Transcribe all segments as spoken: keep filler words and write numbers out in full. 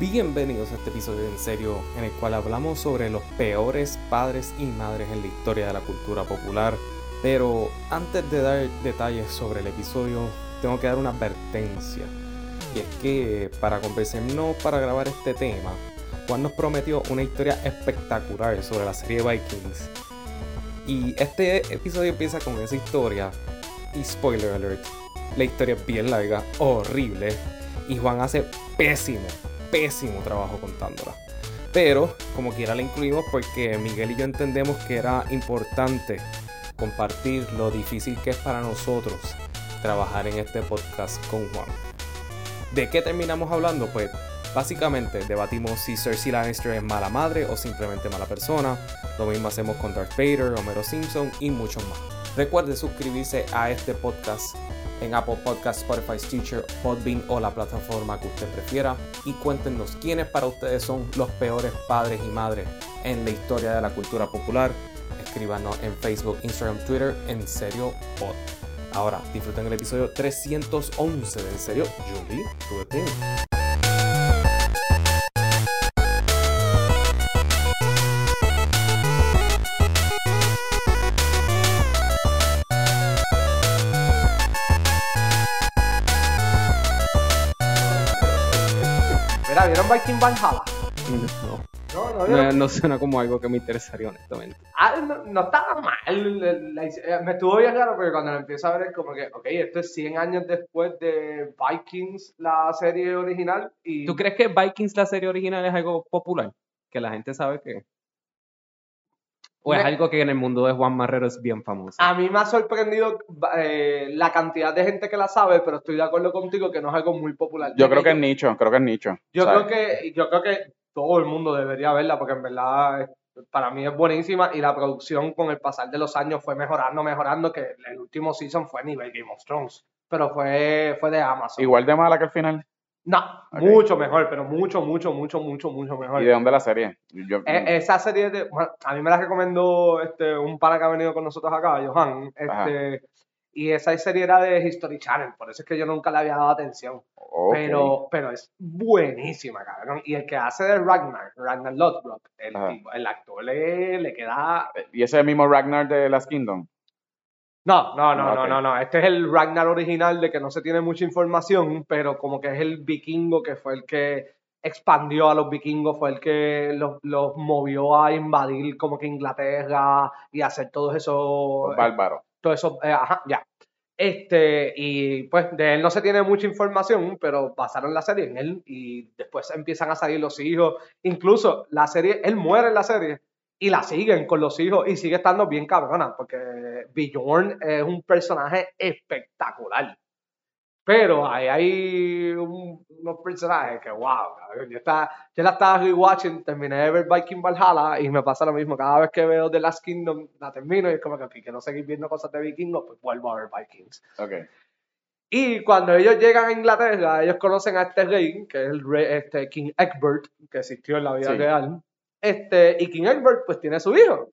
Bienvenidos a este episodio en serio en el cual hablamos sobre los peores padres y madres en la historia de la cultura popular. Pero antes de dar detalles sobre el episodio, tengo que dar una advertencia. Y es que para convencernos para grabar este tema, Juan nos prometió una historia espectacular sobre la serie Vikings. Y este episodio empieza con esa historia. Y spoiler alert, la historia es bien larga, horrible. Y Juan hace pésimo, pésimo trabajo contándola. Pero como quiera la incluimos porque Miguel y yo entendemos que era importante compartir lo difícil que es para nosotros trabajar en este podcast con Juan. ¿De qué terminamos hablando? Pues básicamente debatimos si Cersei Lannister es mala madre o simplemente mala persona. Lo mismo hacemos con Darth Vader, Homero Simpson y muchos más. Recuerde suscribirse a este podcast en Apple Podcasts, Spotify, Stitcher, Podbean o la plataforma que usted prefiera. Y cuéntenos quiénes para ustedes son los peores padres y madres en la historia de la cultura popular. Escríbanos en Facebook, Instagram, Twitter, En Serio Pod. Ahora, disfruten el episodio trescientos once de En Serio, Julie, tu opinión. Mira, ¿vieron Viking Valhalla? No. No, no, No, no suena como algo que me interesaría, honestamente. Ah, no, no estaba mal. La- la- me estuvo bien raro porque cuando lo empiezo a ver es como que, ok, esto es cien años después de Vikings, la serie original. Y ¿Tú crees que Vikings, la serie original, es algo popular? Que la gente sabe que... ¿O es Me- algo que en el mundo de Juan Marrero es bien famoso? a mí me ha sorprendido eh, la cantidad de gente que la sabe, pero estoy de acuerdo contigo que no es algo muy popular. Yo De creo que es yo- nicho, creo que es nicho. Yo O sea, creo que, yo creo que todo el mundo debería verla porque en verdad eh, para mí es buenísima y la producción con el pasar de los años fue mejorando, mejorando, que el último season fue nivel Game of Thrones, pero fue, fue de Amazon. igual de mala que el final. No, Ok. mucho mejor, pero mucho, mucho, mucho, mucho, mucho mejor. ¿Y de dónde la serie? Yo, Eh, esa serie de, bueno, a mí me la recomendó este, un pana que ha venido con nosotros acá, Johan, este, y esa serie era de History Channel, por eso es que yo nunca le había dado atención. ok. Pero, pero es buenísima, cabrón. Y el que hace de Ragnar, Ragnar Lothbrok, el, Ajá. tipo, el actor le, le queda... ¿Y ese es el mismo Ragnar de Last Kingdom? No, no, no, Ah, no, ok. no, no. Este es el Ragnar original de que no se tiene mucha información, pero como que es el vikingo que fue el que expandió a los vikingos, fue el que los, los movió a invadir como que Inglaterra y hacer todos esos... Los bárbaros. todo eso, eh, ajá, ya. Este, y pues de él no se tiene mucha información, pero basaron la serie en él y después empiezan a salir los hijos. Incluso la serie, él muere en la serie y la siguen con los hijos y sigue estando bien cabrona porque Bjorn es un personaje espectacular. Pero ahí hay un- unos personajes que, wow, cabrón. Yo, estaba, yo la estaba rewatching, terminé de ver Viking Valhalla y me pasa lo mismo. Cada vez que veo The Last Kingdom, la termino y es como que "Ok, quiero seguir viendo cosas de vikingos, pues vuelvo a ver Vikings". Ok. Y cuando ellos llegan a Inglaterra, ellos conocen a este rey, que es el rey, este, King Egbert, que existió en la vida Sí. real. Este, y King Egbert, pues, tiene su hijo.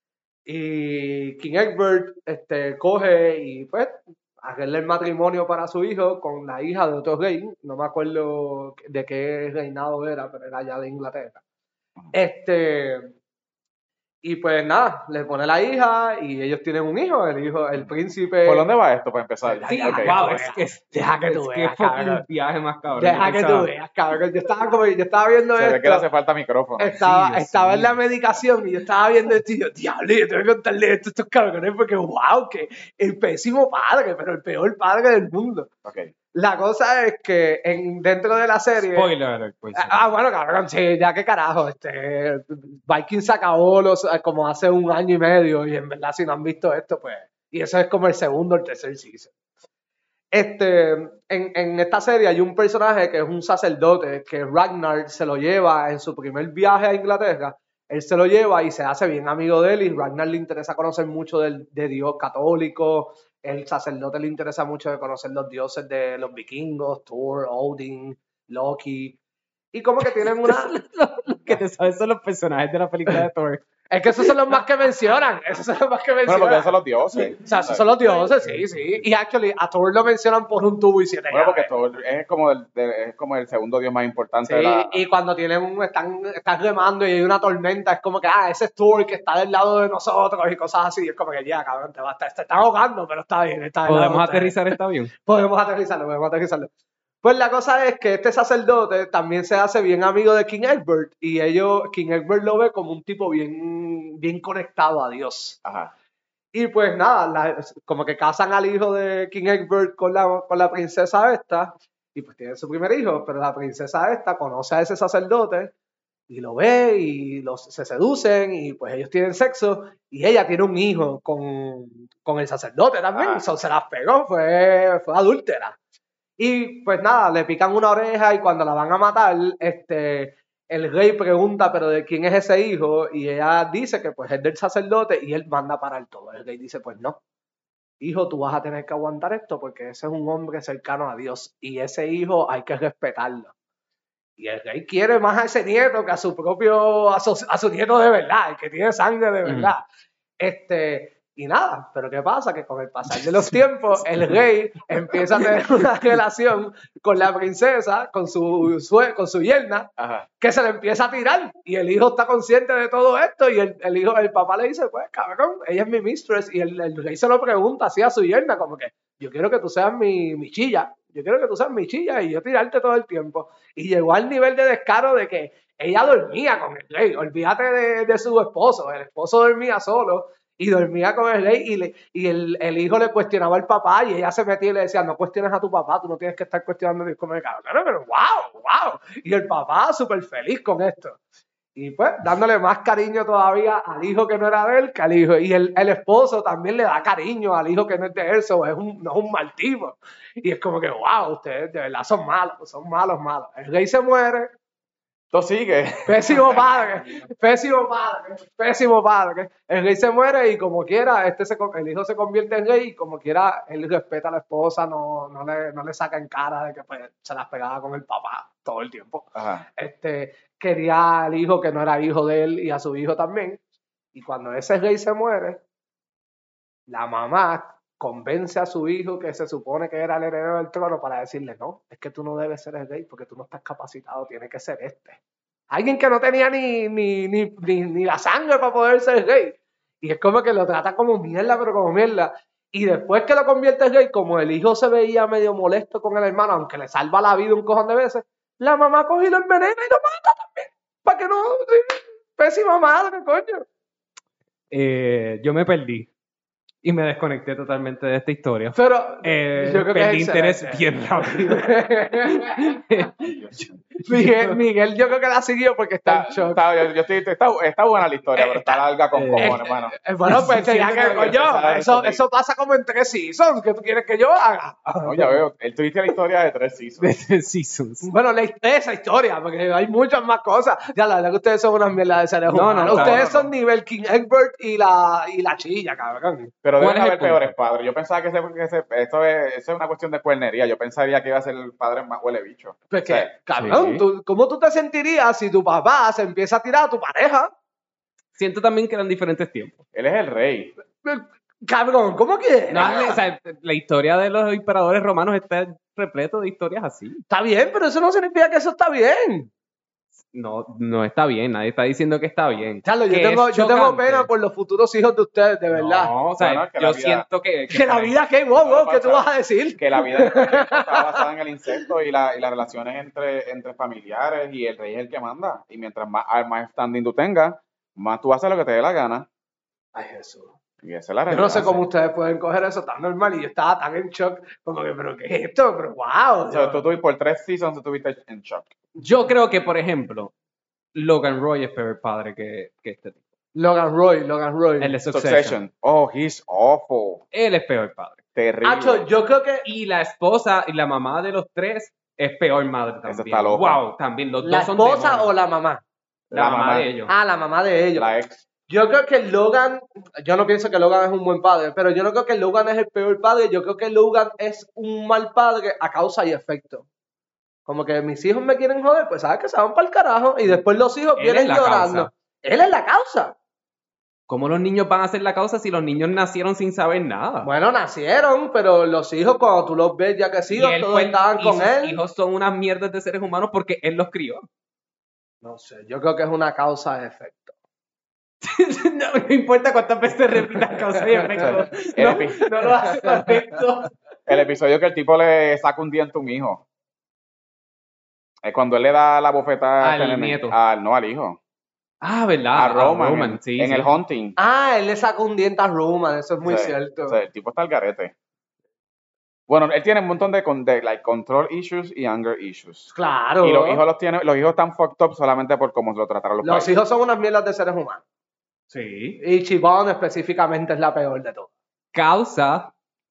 Y King Egbert este, coge y, pues, arregla el matrimonio para su hijo con la hija de otro rey. No me acuerdo de qué reinado era, pero era ya de Inglaterra. Este... Y pues nada, le pone la hija y ellos tienen un hijo, el hijo, el príncipe. ¿Por dónde va esto para empezar? Sí, Ok. wow, es que es- deja que tú es veas, que fucking cabrón. viaje más cabrón. Deja Yo que tú pensaba, veas, cabrón. Yo estaba como, yo estaba viendo Se ve que le esto. hace falta micrófono. Estaba, Sí, Dios estaba en mío. la medicación y yo estaba viendo esto y yo, diablo, yo tengo que contarle esto a estos cabrones porque, wow, que el pésimo padre, pero el peor padre del mundo. Ok. La cosa es que en, dentro de la serie... Spoiler alert, pues. Ah, ah, bueno, cabrón, sí, ya que carajo, este, Vikings se acabó los, como hace un año y medio y en verdad si no han visto esto, pues, y eso es como el segundo o el tercer season. Este, en, en esta serie hay un personaje que es un sacerdote que Ragnar se lo lleva en su primer viaje a Inglaterra, él se lo lleva y se hace bien amigo de él y Ragnar le interesa conocer mucho del, de Dios católico, el sacerdote le interesa mucho de conocer los dioses de los vikingos, Thor, Odin, Loki. Y como que tienen una... Lo que te sabes son los personajes de la película de Thor. Es que esos son los más que mencionan. Esos son los más que Bueno, mencionan. porque esos son los dioses. O sea, esos son los dioses, sí, sí. Y actually, a Thor lo mencionan por un tubo y siete Bueno, porque llaves. Thor es como el, de- es como el segundo dios más importante Sí, de la... y cuando tienen un, están, están remando y hay una tormenta, es como que, ah, ese es Thor que está del lado de nosotros y cosas así. Es como que, ya, cabrón, te, va, te, te está ahogando, pero está bien. Está del lado ¿Podemos de ustedes. aterrizar este avión? Podemos aterrizarlo, podemos aterrizarlo. Pues la cosa es que este sacerdote también se hace bien amigo de King Egbert y ellos, King Egbert lo ve como un tipo bien, bien conectado a Dios. Ajá. Y pues nada, la- como que casan al hijo de King Egbert con la, con la princesa esta y pues tienen su primer hijo, pero la princesa esta conoce a ese sacerdote y lo ve y los, se seducen y pues ellos tienen sexo y ella tiene un hijo con, con el sacerdote también, Ah. so, se las pegó, fue, fue adúltera. Y pues nada, le pican una oreja y cuando la van a matar, este, el rey pregunta, pero ¿de quién es ese hijo? Y ella dice que pues es del sacerdote y él manda parar todo. El rey dice, pues no, hijo, tú vas a tener que aguantar esto porque ese es un hombre cercano a Dios y ese hijo hay que respetarlo. Y el rey quiere más a ese nieto que a su propio, a su, a su nieto de verdad, el que tiene sangre de verdad. Este, y nada, pero ¿qué pasa? Que con el pasar de los tiempos, el rey empieza a tener una relación con la princesa, con su, sue- con su yerna, Ajá. que se le empieza a tirar. Y el hijo está consciente de todo esto. Y el, el hijo, el papá le dice, pues cabrón, ella es mi mistress. Y el, el rey se lo pregunta así a su yerna, como que yo quiero que tú seas mi, mi chilla. Yo quiero que tú seas mi chilla y yo tirarte todo el tiempo. Y llegó al nivel de descaro de que ella dormía con el rey. Olvídate de, de su esposo. El esposo dormía solo y dormía con el rey. Y, le, y el, el hijo le cuestionaba al papá y ella se metía y le decía, no cuestiones a tu papá, tú no tienes que estar cuestionando a Dios como de cabrón. Pero wow, wow. Y el papá súper feliz con esto. Y pues dándole más cariño todavía al hijo que no era de él que al hijo. Y el, el esposo también le da cariño al hijo que no es de él, so es un, no es un mal tipo. Y es como que, wow, ustedes de verdad son malos, son malos, malos. El rey se muere, Esto sigue. pésimo padre, pésimo padre, pésimo padre. El rey se muere y como quiera, este se, el hijo se convierte en rey y como quiera, él respeta a la esposa, no, no, le, no le saca en cara de que pues, se las pegaba con el papá todo el tiempo. Ajá. Este, quería al hijo que no era hijo de él y a su hijo también. Y cuando ese rey se muere, la mamá convence a su hijo que se supone que era el heredero del trono para decirle, no, es que tú no debes ser el rey porque tú no estás capacitado, tiene que ser este. Alguien que no tenía ni, ni, ni, ni, ni la sangre para poder ser rey. Y es como que lo trata como mierda, pero como mierda. Y después que lo convierte en rey, como el hijo se veía medio molesto con el hermano, aunque le salva la vida un cojón de veces, la mamá coge y lo envenena y lo mata también. Para que no... Pésima madre, coño. Eh, yo me perdí y me desconecté totalmente de esta historia. Pero Eh, yo creo que perdí es interés excelente. bien rápido. Miguel, Miguel, yo creo que la siguió porque está Está, en shock. está- yo, yo estoy, está, está buena la historia, pero está larga con eh, cojones, mano. Eh, Bueno, pues tenía Siento que, que coño, empezar eso, eso, eso pasa como en tres seasons. ¿Qué tú quieres que yo haga? No, ya veo. Él tuviste la historia de tres De seasons. The Seasons. Bueno, la, esa historia, porque hay muchas más cosas. Ya, la verdad que ustedes son unas mierdas de seres No, no, humanos. claro, Ustedes no, son nivel King Egbert y la, y la chilla, cabrón. Pero ¿Cuál deben es el haber punto? peores padres. Yo pensaba que, ese, que ese- esto es, eso es una cuestión de cuernería. Yo pensaría que iba a ser el padre más huele bicho. Porque, O sea, cabrón, sí. tú- ¿cómo tú te sentirías si tu papá se empieza a tirar a tu pareja? Siento también que eran diferentes tiempos. él es el rey. Cabrón, ¿cómo que? No, o sea, la historia de los emperadores romanos está repleto de historias así. Está bien, pero eso no significa que eso está bien. No, no está bien, nadie está diciendo que está bien. Charlo, yo Que tengo, es yo tengo chocante. pena por los futuros hijos de ustedes, de verdad. No, o sea, Bueno, es que yo la vida- siento que... Que la vida, ¿qué? Wow, wow, ¿qué tú vas a decir? Que la vida de este tiempo está basada en el incesto y, la, y las relaciones entre, entre familiares y el rey es el que manda. Y mientras más, más standing tú tengas, más tú haces lo que te dé la gana. Ay, Jesús. Y esa es la Yo realidad. no sé cómo ustedes pueden coger eso tan normal y yo estaba tan en shock, como que, ¿pero qué es esto? Pero wow. O sea, tú tuviste por tres seasons, tú estuviste en shock. Yo creo que, por ejemplo, Logan Roy es peor padre que, que este tipo. Logan Roy, Logan Roy. El de Succession. Succession. Oh, he's awful. Él es peor padre. Terrible. Acho, yo creo que Y la esposa y la mamá de los tres es peor madre también. Esa está loca. Wow, también los la dos son esposa demonios. o la mamá. la, la mamá, mamá. de ellos. Ah, la mamá de ellos. La ex. Yo creo que Logan, yo no pienso que Logan es un buen padre, pero yo no creo que Logan es el peor padre, yo creo que Logan es un mal padre a causa y efecto. Como que mis hijos me quieren joder, pues sabes que se van para el carajo y después los hijos Él vienen es la llorando. causa. Él es la causa. ¿Cómo los niños van a ser la causa si los niños nacieron sin saber nada? Bueno, nacieron, pero los hijos cuando tú los ves ya crecidos, él todos fue- estaban y con sus él. hijos son unas mierdas de seres humanos porque él los crió. No sé, yo creo que es una causa-efecto. no, no importa cuántas veces repitas causa y efecto. El, No, epi- no lo hace correcto. el episodio que el tipo le saca un diente a un hijo. Es cuando él le da la bofetada a Al este nene. nieto. Al, no, al hijo. Ah, ¿verdad? a Roman, Roman, en, sí, en sí. el hunting. Ah, él le sacó un diente a Roman, eso es muy O sea, cierto. o sea, el tipo está al garete. Bueno, él tiene un montón de, con- de like, control issues y anger issues. Claro. Y los hijos los tiene, los hijos están fucked up solamente por cómo se lo trataron los, Los padres. hijos son unas mierdas de seres humanos. Sí. Y Chibón específicamente es la peor de todas. Causa,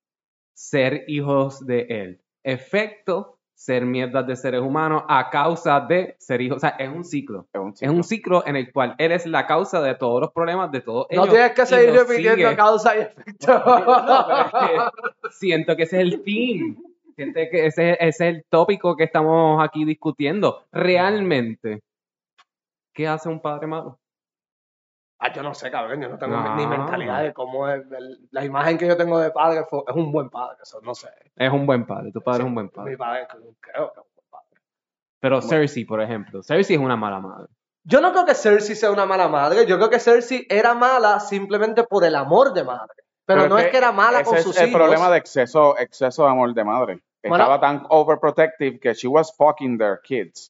ser hijos de él. Efecto, ser mierdas de seres humanos a causa de ser hijos. O sea, es un ciclo. Es un Es ciclo. un ciclo en el cual él es la causa de todos los problemas de todos ellos. No tienes que y seguir los repitiendo sigue. causa y efecto. No, pero es que siento que ese es el theme. Siento que ese, ese es el tópico que estamos aquí discutiendo. Realmente, ¿qué hace un padre malo? Ah, yo no sé, cabrón, yo no tengo No. ni mentalidad de cómo es. el- la imagen que yo tengo de padre fue- es un buen padre, eso no sé. Es un buen padre. Tu padre Sí, es un buen Mi padre. padre creo que es un buen padre. Pero Cersei, por ejemplo. Cersei es una mala madre. Yo no creo que Cersei sea una mala madre, yo creo que Cersei era mala simplemente por el amor de madre. Pero, no es que era mala ese con es sus el hijos. problema de exceso, exceso de amor de madre. Bueno. Estaba tan overprotective que she was fucking their kids.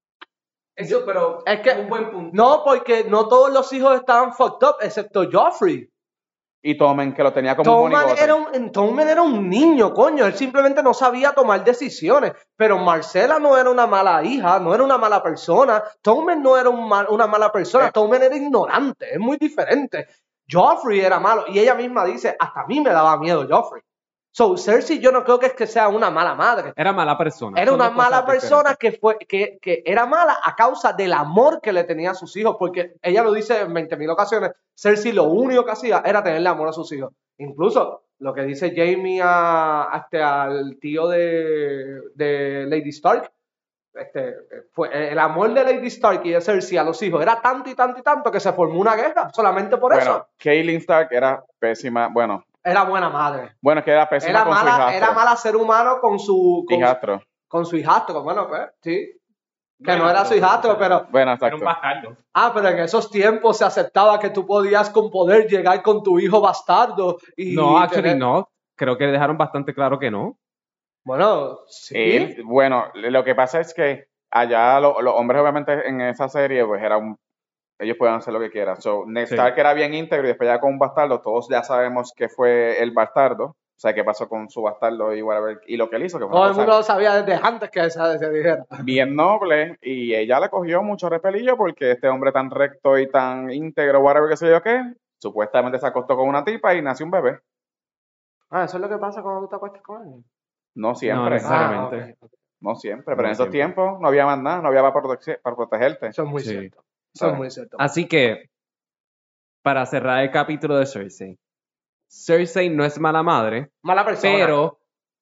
Eso, pero Es que- un buen punto. No, porque no todos los hijos estaban fucked up, excepto Joffrey. Y Tommen, que lo tenía como un Tommen monigote. era un, Tommen era un niño, coño. Él simplemente no sabía tomar decisiones. Pero Marcela no era una mala hija, no era una mala persona. Tommen no era un mal- una mala persona. Eh. Tommen era ignorante, es muy diferente. Joffrey era malo. Y ella misma dice, hasta a mí me daba miedo Joffrey. So, Cersei yo no creo que es que sea una mala madre. Era mala persona. Era Son una dos cosas mala persona diferentes. que, fue, que, que era mala a causa del amor que le tenía a sus hijos, porque ella lo dice en veinte mil ocasiones, Cersei lo único que hacía era tenerle amor a sus hijos. Incluso lo que dice Jaime a, a este, al tío de, de Lady Stark, este, fue el amor de Lady Stark y de Cersei a los hijos era tanto y tanto y tanto que se formó una guerra solamente por Bueno, eso. Catelyn Stark era pésima. Bueno, Era buena madre. bueno, es que era pésima Era con su mala, hijastro. era mala ser humano con su, con, Hijastro. con su hijastro. Bueno, pues, sí. Que Bueno, no era su pero- hijastro, pero... Bueno, Era un exacto. bastardo. Ah, pero en esos tiempos se aceptaba que tú podías con poder llegar con tu hijo bastardo y... No, actually tener- no. Creo que dejaron bastante claro que no. Bueno, sí. Él- bueno, lo que pasa es que allá lo- los hombres obviamente en esa serie pues era un... Ellos podían hacer lo que quieran. So, Ned Sí. Stark era bien íntegro y después ya con un bastardo, todos ya sabemos que fue el bastardo. O sea, qué pasó con su bastardo y whatever. Y lo que él hizo, que fue Todo una el cosa mundo lo sabía desde antes que se, se dijera. bien noble. Y ella le cogió mucho repelillo porque este hombre tan recto y tan íntegro, whatever, qué sé yo qué, supuestamente se acostó con una tipa y nació un bebé. Ah, eso es lo que pasa cuando tú te acuestas con él. No No siempre. necesariamente. Ah, ok. No siempre, pero No en esos siempre. tiempos no había más nada, no había para, protege- para protegerte. Eso es muy Sí. cierto. Eso ¿Sabes? es muy cierto. Así que, para cerrar el capítulo de Cersei, Cersei no es mala madre, Mala persona. pero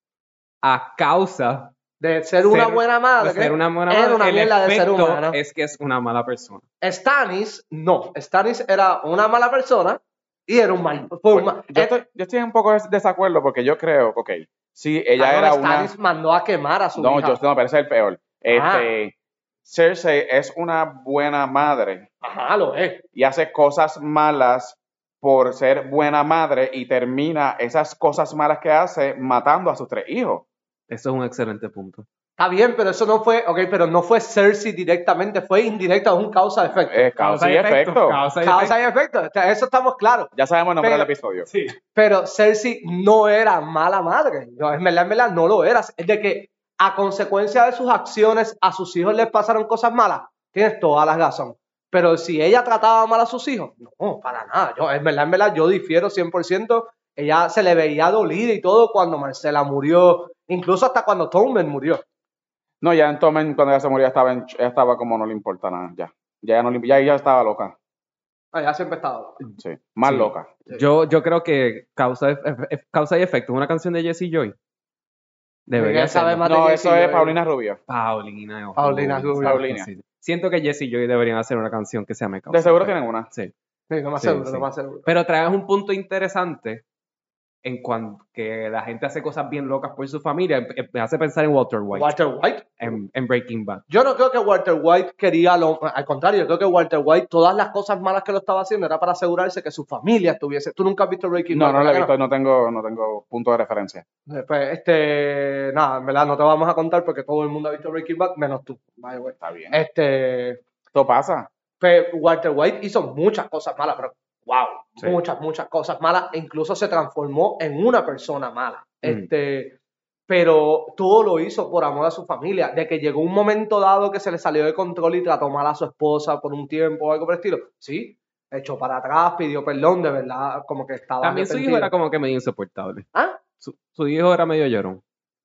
a causa de ser una ser- buena madre. de ser una buena era madre, una el mierda de ser efecto humano. es que es una mala persona. Stannis, no. Stannis era una mala persona y era un mal. Fue un Pues, mal. yo, estoy, yo estoy un poco de desacuerdo porque yo creo, ok, si ella Ah, no, era una... Stannis mandó a quemar a su No, hija. yo no, pero ese es el peor. Este, Cersei es una buena madre Ajá, lo es. y hace cosas malas por ser buena madre y termina esas cosas malas que hace matando a sus tres hijos. Eso es un excelente punto. Está bien, pero eso no fue, ok, pero no fue Cersei directamente, fue indirecto, es un causa-efecto. Es causa y efecto. Causa y Causa y efecto, o sea, eso estamos claros. Ya sabemos el nombre Pero- del episodio. Sí. Pero Cersei no era mala madre. No, en verdad, en verdad, no lo era. Es de que a consecuencia de sus acciones a sus hijos les pasaron cosas malas. Tienes toda la razón. Pero si ella trataba mal a sus hijos, no, para nada. Yo, en verdad, en verdad, yo difiero cien por ciento. Ella se le veía dolida y todo cuando Marcela murió. Incluso hasta cuando Tommen murió. No, ya en Tommen, cuando ella se murió, estaba, en- ella estaba como no le importa nada, ya. Ya, no le- ya ella estaba loca, Ah, ella siempre estaba. sí, más Sí. loca. Yo, yo creo que causa, Ef- Ef- causa y efecto es una canción de Jesse Joy. Debería Miguel sabe ser. más de No, Jesse eso es Joy. Paulina Rubio. Paulina. Paulina Rubio, Rubio. Paulina. sí. Siento que Jesse y Joy deberían hacer una canción que se llame De seguro tienen una. Sí. Sí, lo más Sí, seguro, sí. lo más seguro. Pero traes un punto interesante en cuanto que la gente hace cosas bien locas por su familia. em- Me hace pensar en Walter White, Walter White. en, en Breaking Bad. Yo no creo que Walter White quería lo... Al contrario, yo creo que Walter White, todas las cosas malas que lo estaba haciendo era para asegurarse que su familia estuviese... Tú nunca has visto Breaking No, Bad, no lo he ¿verdad visto, que no tengo, no tengo punto de referencia. no? Pues, este... Nada, en verdad, no te vamos a contar porque todo el mundo ha visto Breaking Bad, menos tú. By the way. Está bien. Este... Esto pasa. Pues, Walter White hizo muchas cosas malas, pero wow, Sí. muchas, muchas cosas malas, e incluso se transformó en una persona mala. Mm. Este, pero todo lo hizo por amor a su familia. De que llegó un momento dado que se le salió de control y trató mal a su esposa por un tiempo o algo por el estilo. Sí, echó para atrás, pidió perdón, de verdad, como que estaba También su hijo arrepentido. era como que medio insoportable. ¿Ah? Su, su hijo era medio llorón.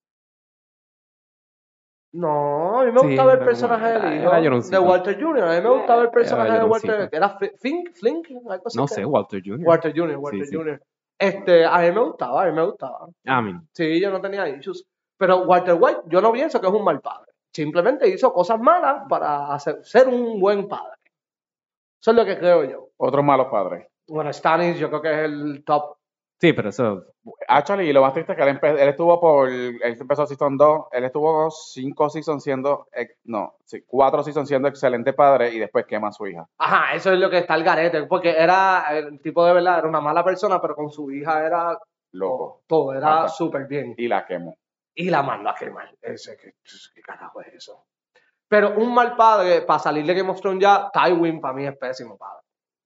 No, a mí me Sí, gustaba el era personaje como- del era- hijo era de lloroncito. Walter junior A mí me gustaba el personaje Era de Walter. lloroncito. ¿Era Fl- Flink? ¿Flink? Algo así No que- sé, Walter junior Walter junior Walter Sí, sí. junior Este, a mí me gustaba, a mí me gustaba. A mí. Sí, yo no tenía issues. Pero Walter White, yo no pienso que es un mal padre. Simplemente hizo cosas malas para hacer, ser un buen padre. Eso es lo que creo yo. Otros malos padres. Bueno, Stannis yo creo que es el top. Sí, pero eso. Actually, y lo más triste es que él, empe- él estuvo por, él empezó season dos, él estuvo cinco seasons siendo, ex- no, sí, cuatro seasons siendo excelente padre y después quema a su hija. Ajá, eso es lo que está el garete. Porque era, el tipo de verdad, era una mala persona, pero con su hija era Loco. todo, todo, era Ajá. súper bien. Y la quemó. Y la mandó a quemar. Ese, ¿qué, ¿Qué carajo es eso? Pero un mal padre, para salir de Game of Thrones ya, Tywin para mí es pésimo padre.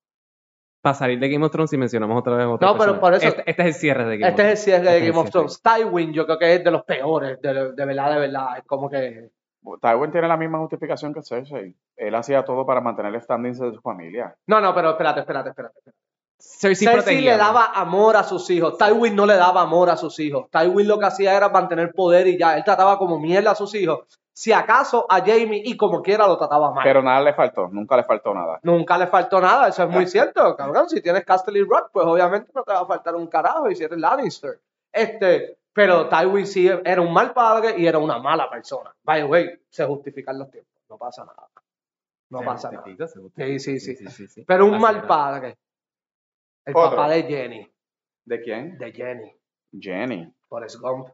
Para salir de Game of Thrones, si mencionamos otra vez otra No, pero persona. por eso- Este, este es el cierre de Game Este of es el cierre de Este es Game el of Thrones. Tywin yo creo que es de los peores, de, de verdad, de verdad. Es como que... Tywin tiene la misma justificación que Cersei. Él hacía todo para mantener el standing de su familia. No, no, pero espérate, espérate, espérate. Cersei, Cersei protegía, le ¿no? daba amor a sus hijos. Tywin no le daba amor a sus hijos. Tywin lo que hacía era mantener poder y ya. Él trataba como mierda a sus hijos. Si acaso a Jaime y como quiera lo trataba mal. Pero nada le faltó, nunca le faltó nada. Nunca le faltó nada, eso es muy cierto, cabrón. Si tienes Castle y Rock, pues obviamente no te va a faltar un carajo y si eres Lannister. Este, pero Tywin sí era un mal padre y era una mala persona. By the way, se justifican los tiempos, no pasa nada. No Se pasa nada. justifica, se justifica. Sí, sí, sí. sí, sí, sí. Pero un Así mal era. padre. El Otro. papá de Jenny. ¿De quién? De Jenny. Jenny. Forrest Gump.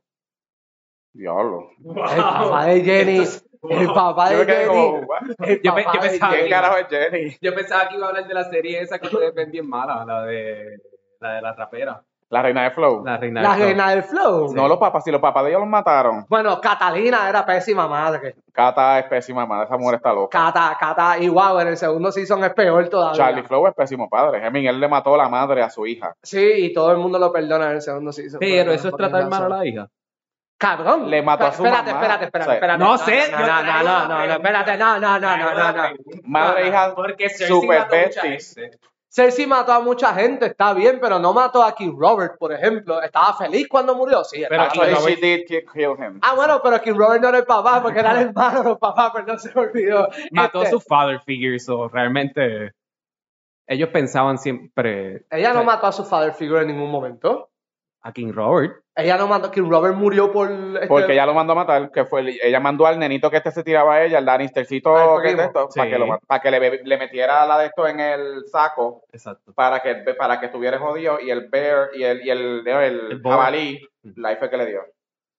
Diablo. El papá de Jenny. El papá Yo de me quedé Jenny. como, "What? El Yo pe- papá yo de pensaba ¿Quién Jenny. carajo es Jenny? Yo pensaba que iba a hablar de la serie esa que ustedes ven bien mala, la de la de la rapera. La reina de Flow. La reina La del Flow. reina del flow. No los papás, si los papás de ellos los mataron. Bueno, Catalina era pésima madre. Cata es pésima madre, esa mujer está loca. Cata, Cata, y wow, en el segundo season es peor todavía. Charlie Flow es pésimo padre. I mean, él le mató la madre a su hija. Sí, y todo el mundo lo perdona en el segundo season. Pero Por- eso es por tratar razón. mal a la hija. Cabrón. Le mató a su espérate, mamá. Espérate, espérate, O sea, espérate. no sé, No, yo no, no, traigo no, la no, no, pregunta. espérate, no, no, no, no, no, no. Madre e hija Porque Cersei super mató a mucha besties. gente. Cersei mató a mucha gente, está bien, pero no mató a King Robert, por ejemplo. ¿Estaba feliz cuando murió? Sí, Pero estaba King Actually, feliz. she did ki- kill him. Ah, bueno, pero King Robert no era el papá, porque era el hermano del papá, pero no se me olvidó. Mató a Este, sus father figures, o realmente ellos pensaban siempre Ella no o sea, mató a su father figure en ningún momento. a King Robert. Ella no mató, King Robert murió por... este- Porque ella lo mandó a matar, que fue, ella mandó al nenito que este se tiraba a ella, el Lannistercito Al que es de primo. esto, para Sí. que, lo, para que le, be- le metiera la de esto en el saco, Exacto. para que, para que estuviera jodido, y el bear, y el, y el, el, el El boar. jabalí, la fue que le dio.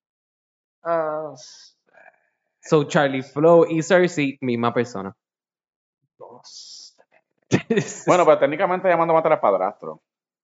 Ah, So Charlie Flow y Cersei, misma persona. no sé. Bueno, pero técnicamente ella mandó a matar al padrastro.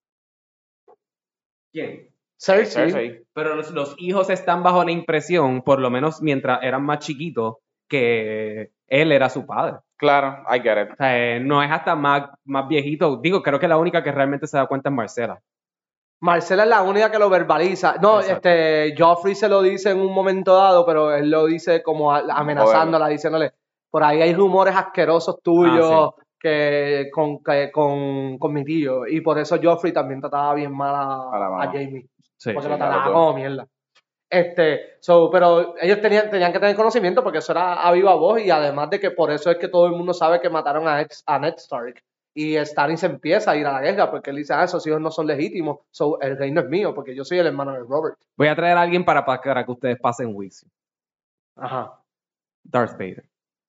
¿Quién? Cersei. Cersei. Pero los, los hijos están bajo la impresión, por lo menos mientras eran más chiquitos, que él era su padre. Claro, I get it. O sea, eh, no es hasta más, más viejito. Digo, creo que la única que realmente se da cuenta es Marcela. Marcela es la única que lo verbaliza. No, Exacto. este, Joffrey se lo dice en un momento dado, pero él lo dice como a- amenazándola, diciéndole, por ahí hay rumores asquerosos tuyos Ah, que, con, que- con, con mi tío. Y por eso Joffrey también trataba bien mal a, A la mamá. a Jaime. Sí. Porque sí, lo claro, trataba todo. como mierda. Este, so, pero ellos tenían, tenían que tener conocimiento porque eso era a viva voz y además de que por eso es que todo el mundo sabe que mataron a, Ed- a Ned Stark Y Stannis empieza a ir a la guerra porque él dice, ah, esos hijos no son legítimos, so, el reino es mío porque yo soy el hermano de Robert. Voy a traer a alguien para, para que ustedes pasen juicio. Ajá. Darth Vader.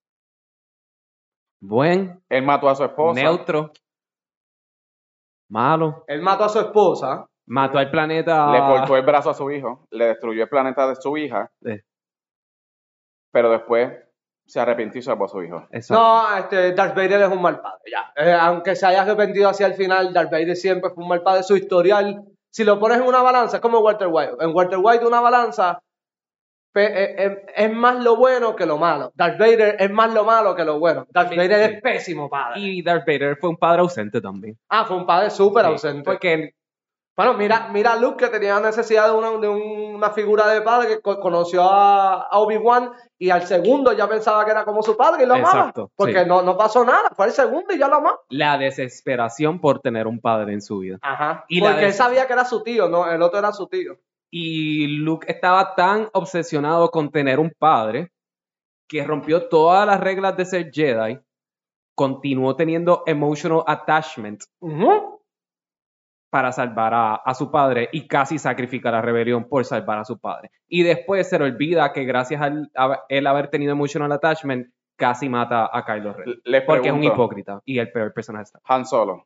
Buen, Él mató a su esposa. neutro, malo. Él mató a su esposa. Mató al planeta. Le cortó el brazo a su hijo. Le destruyó el planeta de su hija. Eh. Pero después se arrepintió y salvó a su hijo. Exacto. No, este, Darth Vader es un mal padre, ya. Eh, aunque se haya arrepentido hacia el final, Darth Vader siempre fue un mal padre. Su historial, si lo pones en una balanza, es como Walter White. En Walter White una balanza pe- eh, eh, es más lo bueno que lo malo. Darth Vader es más lo malo que lo bueno. Darth Sí, Vader sí. es pésimo padre. Y Darth Vader fue un padre ausente también. Ah, fue un padre súper Sí, ausente. Porque Bueno, mira, mira a Luke que tenía necesidad de una, de una figura de padre que co- conoció a, a Obi-Wan y al segundo ya pensaba que era como su padre y lo amaba. Exacto, Porque sí. no, no pasó nada, fue el segundo y ya lo amaba. la desesperación por tener un padre en su vida. Ajá. Y la Porque él des- sabía que era su tío, no, el otro era su tío. Y Luke estaba tan obsesionado con tener un padre que rompió todas las reglas de ser Jedi, continuó teniendo emotional attachment Ujú. para salvar a, a su padre y casi sacrifica la rebelión por salvar a su padre. Y después se le olvida que gracias al- a él haber tenido emotional attachment, casi mata a Kylo Ren. Les Porque es un pregunto, hipócrita y el peor personaje está. Han Solo.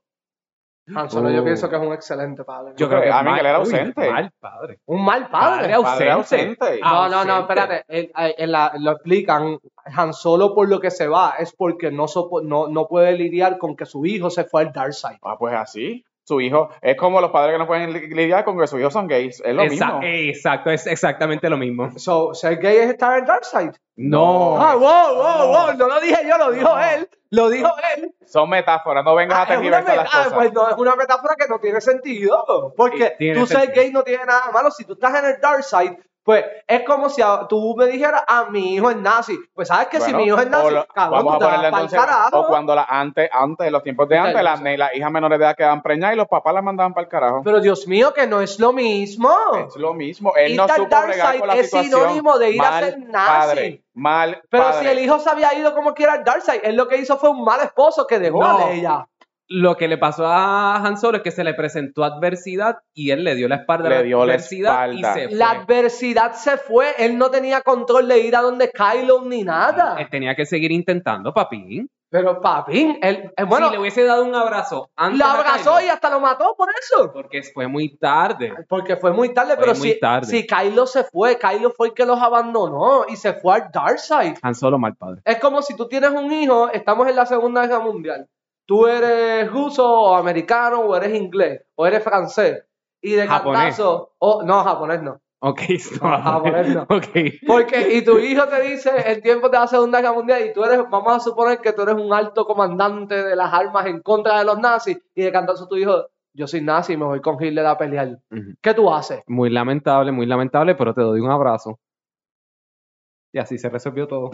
Han Solo yo Oh. pienso que es un excelente padre. Yo ¿Tú creo que crees? es A mí que él era mal- uy, ausente. mal padre. Un mal padre. Padre ausente. Padre ausente. No, no, no, Ausente. espérate. Él- él- él la- lo explican. Han Solo por lo que se va es porque no, sopo- no, no puede lidiar con que su hijo se fue al Dark Side. Ah, pues así. Su hijo, es como los padres que no pueden li- lidiar con que sus hijos son gays. Es lo Exa- mismo. Exacto, es exactamente lo mismo. So, ser gay es estar en Dark Side. No. Ah, wow, wow, wow. No lo dije yo, lo dijo él. Lo dijo él. Son metáforas, no vengas Ah, a es una tergiversar las met- ah, cosas. pues no, es una metáfora que no tiene sentido. Porque Tiene tú ser sentido. gay no tiene nada malo. Si tú estás en el Dark Side, pues es como si a- tú me dijeras, ah, mi hijo es nazi. Pues sabes que si Bueno, mi hijo es o nazi, lo- cabrón, vamos a tú te vas ponerle pa'l entonces, carajo. o cuando la, antes, antes, en los tiempos de antes, las, Entonces- las hijas menores de edad quedaban preñadas y los papás las mandaban para el carajo. Pero Dios mío, que no es lo mismo. Es lo mismo. Él no Ir al supo dark bregar side con la es situación. sinónimo de ir a Mal ser nazi. Padre, mal Pero padre. si el hijo se había ido como quiera al Darkseid, él lo que hizo fue un mal esposo que dejó No. a Leia. Lo que le pasó a Han Solo es que se le presentó adversidad y él le dio la espalda Le a la dio la adversidad y espalda. se fue. La adversidad se fue, él no tenía control de ir a donde Kylo ni nada. Él tenía que seguir intentando, papín. Pero papín, él, eh, bueno, si le hubiese dado un abrazo antes lo a abrazó Kylo, y hasta lo mató por eso. porque fue muy tarde. Porque fue muy tarde, Fue pero muy si, tarde. si Kylo se fue, Kylo fue el que los abandonó y se fue al Darkseid. Han Solo mal padre. Es como si tú tienes un hijo, estamos en la Segunda Guerra Mundial. Tú eres ruso o americano o eres inglés o eres francés. Y de Japonés. cantazo, oh, no, japonés no. Ok, No, japonés no. ok. Porque, y tu hijo te dice en tiempos de la Segunda Guerra Mundial, y tú eres, vamos a suponer que tú eres un alto comandante de las armas en contra de los nazis, y de cantazo tu hijo, yo soy nazi, me voy con Hitler a pelear. Ujú. ¿Qué tú haces? Muy lamentable, muy lamentable, pero te doy un abrazo. Y así se resolvió todo.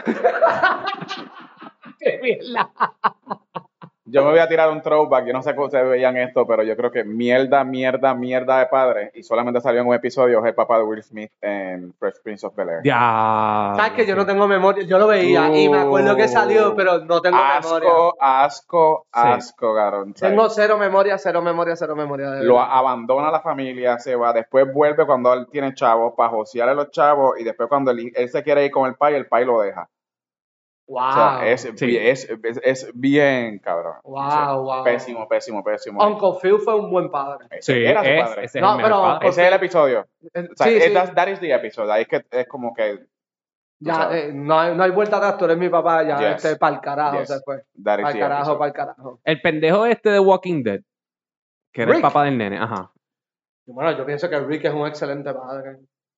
¡Qué mierda! Yo me voy a tirar un throwback. Yo no sé cómo ustedes veían esto, pero yo creo que mierda, mierda, mierda de padre. Y solamente salió en un episodio. Es el papá de Will Smith en Fresh Prince of Bel-Air. Ya. Sabes que yo no tengo memoria, yo lo veía y me acuerdo que salió, pero no tengo memoria. Asco, asco, Sí. asco, Garón. Tengo cero memoria, cero memoria, cero memoria. De Lo verdad. abandona la familia, se va, después vuelve cuando él tiene chavos para josearle a los chavos y después cuando él, él se quiere ir con el pai, el pai lo deja. Wow. O sea, es, Sí. es, es, es bien cabrón. Wow, O sea, wow. Pésimo, pésimo, pésimo. Uncle Phil fue un buen padre. Ese Sí, era su es- padre. ese es No, el mejor pero- padre. Ese es el episodio. Eh, O sea, sí, es- sí. that, that is the episode. Ahí es que es como que Ya, sabes. eh, no, hay, no hay vuelta atrás, tú eres mi papá, ya Yes. este para el carajo Yes. se fue. that is Para el the carajo, episode. para el carajo. El pendejo este de Walking Dead, que era Rick. el papá del nene, ajá. Y bueno, yo pienso que Rick es un excelente padre.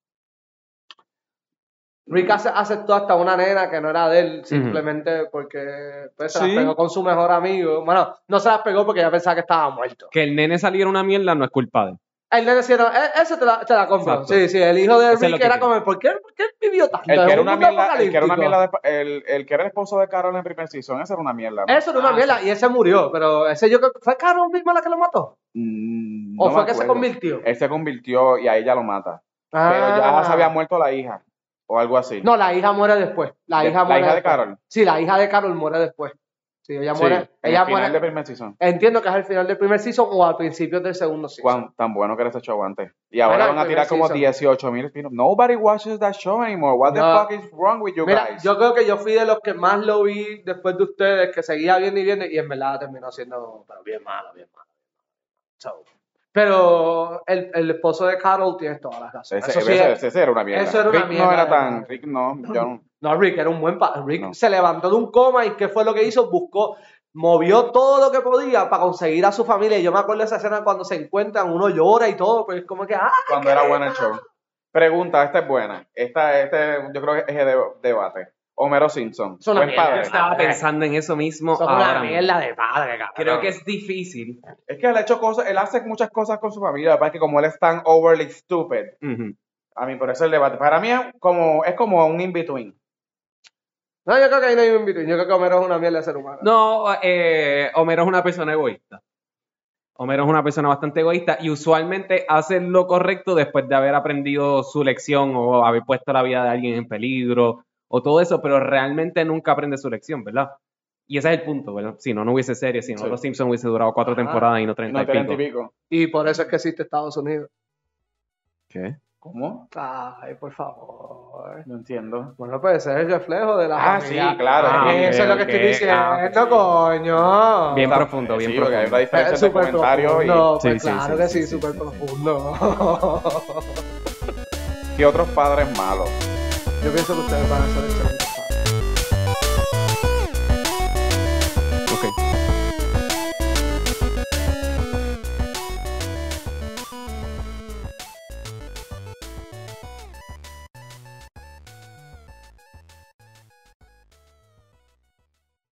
Rick ace- aceptó hasta una nena que no era de él, simplemente porque pues, se Sí. las pegó con su mejor amigo. Bueno, no se las pegó porque ya pensaba que estaba muerto. Que el nene saliera una mierda no es culpa de él. El nene sí era, e- ese te la, te la compro. Exacto. Sí, sí, el hijo de Eso es lo Rick que era quiero. como, ¿por qué, ¿por qué él vivió tanto? El Es que, era un una mundo mierda, el, que era una apocalíptico. mierda de- el, el que era el esposo de Carol en el primer season, ese era una mierda. ¿no? Eso era una Ah, mierda, y ese murió, pero ese yo creo que fue Carol misma la que lo mató. Mm, ¿O no fue me que se acuerdo. convirtió? Él se convirtió y a ella lo mata. Ah. Pero ya se había muerto la hija o algo así. No, la hija muere después. La ¿De- hija la muere hija de después. Carol? Sí, la hija de Carol muere después. Sí, ella Sí, muere. en ella el final muere. del primer season. Entiendo que es al final del primer season o al principio del segundo season. Cuán tan bueno que era ese show antes. Y ahora Bueno, van a el tirar primer como season. dieciocho mil spin-offs. Nobody watches that show anymore. What No. the fuck is wrong with you Mira, guys? yo creo que yo fui de los que más lo vi después de ustedes, que seguía viendo y viendo, y en verdad terminó siendo pero bien malo, bien malo. So, pero el, el esposo de Carol tiene todas las razón. Ese, Eso sí ese, es- ese era una mierda. eso era una Rick mierda no era de tan... verdad. Rick no, yo no. No, Rick era un buen pa Rick No. se levantó de un coma y ¿qué fue lo que hizo? Buscó, movió todo lo que podía para conseguir a su familia. Y yo me acuerdo de esa escena cuando se encuentran, uno llora y todo, pero es como que, ah, Cuando era bueno el show. Pregunta, esta es buena. Esta, este, yo creo que es el de- debate. Homero Simpson. Es una Buen mierda. Yo padre. estaba pensando en eso mismo son ahora una mismo. mierda de padre, cabrón. Creo que es difícil. Es que él ha hecho cosas, él hace muchas cosas con su familia. Lo que pasa es que como él es tan overly stupid, Ujú. a mí por eso el debate. Para mí es como, es como un in-between. No, yo creo que ahí no hay un between. Yo creo que Homero es una mierda de ser humano. No, eh, Homero es una persona egoísta. Homero es una persona bastante egoísta y usualmente hace lo correcto después de haber aprendido su lección o haber puesto la vida de alguien en peligro o todo eso, pero realmente nunca aprende su lección, ¿verdad? Y ese es el punto, ¿verdad? Si no, no hubiese serie, si no, Sí. Los Simpsons hubiese durado cuatro Ah. temporadas y no Y treinta no y treinta y pico. pico. Y por eso es que existe Estados Unidos. ¿Qué? ¿Cómo? Ay, por favor. No entiendo. Bueno, puede ser el reflejo de la Ah, familia. sí, claro. Ah, es que- Eso es lo que ok, estoy diciendo, ah, ok. coño. Bien Está- profundo, bien sí, porque hay profundo. una diferencia Es de súper comentarios y... profundo. Pues Sí, sí, claro sí, que sí, sí, sí, súper sí, profundo. ¿Qué otros padres malos? Yo pienso que ustedes van a ser excelentes.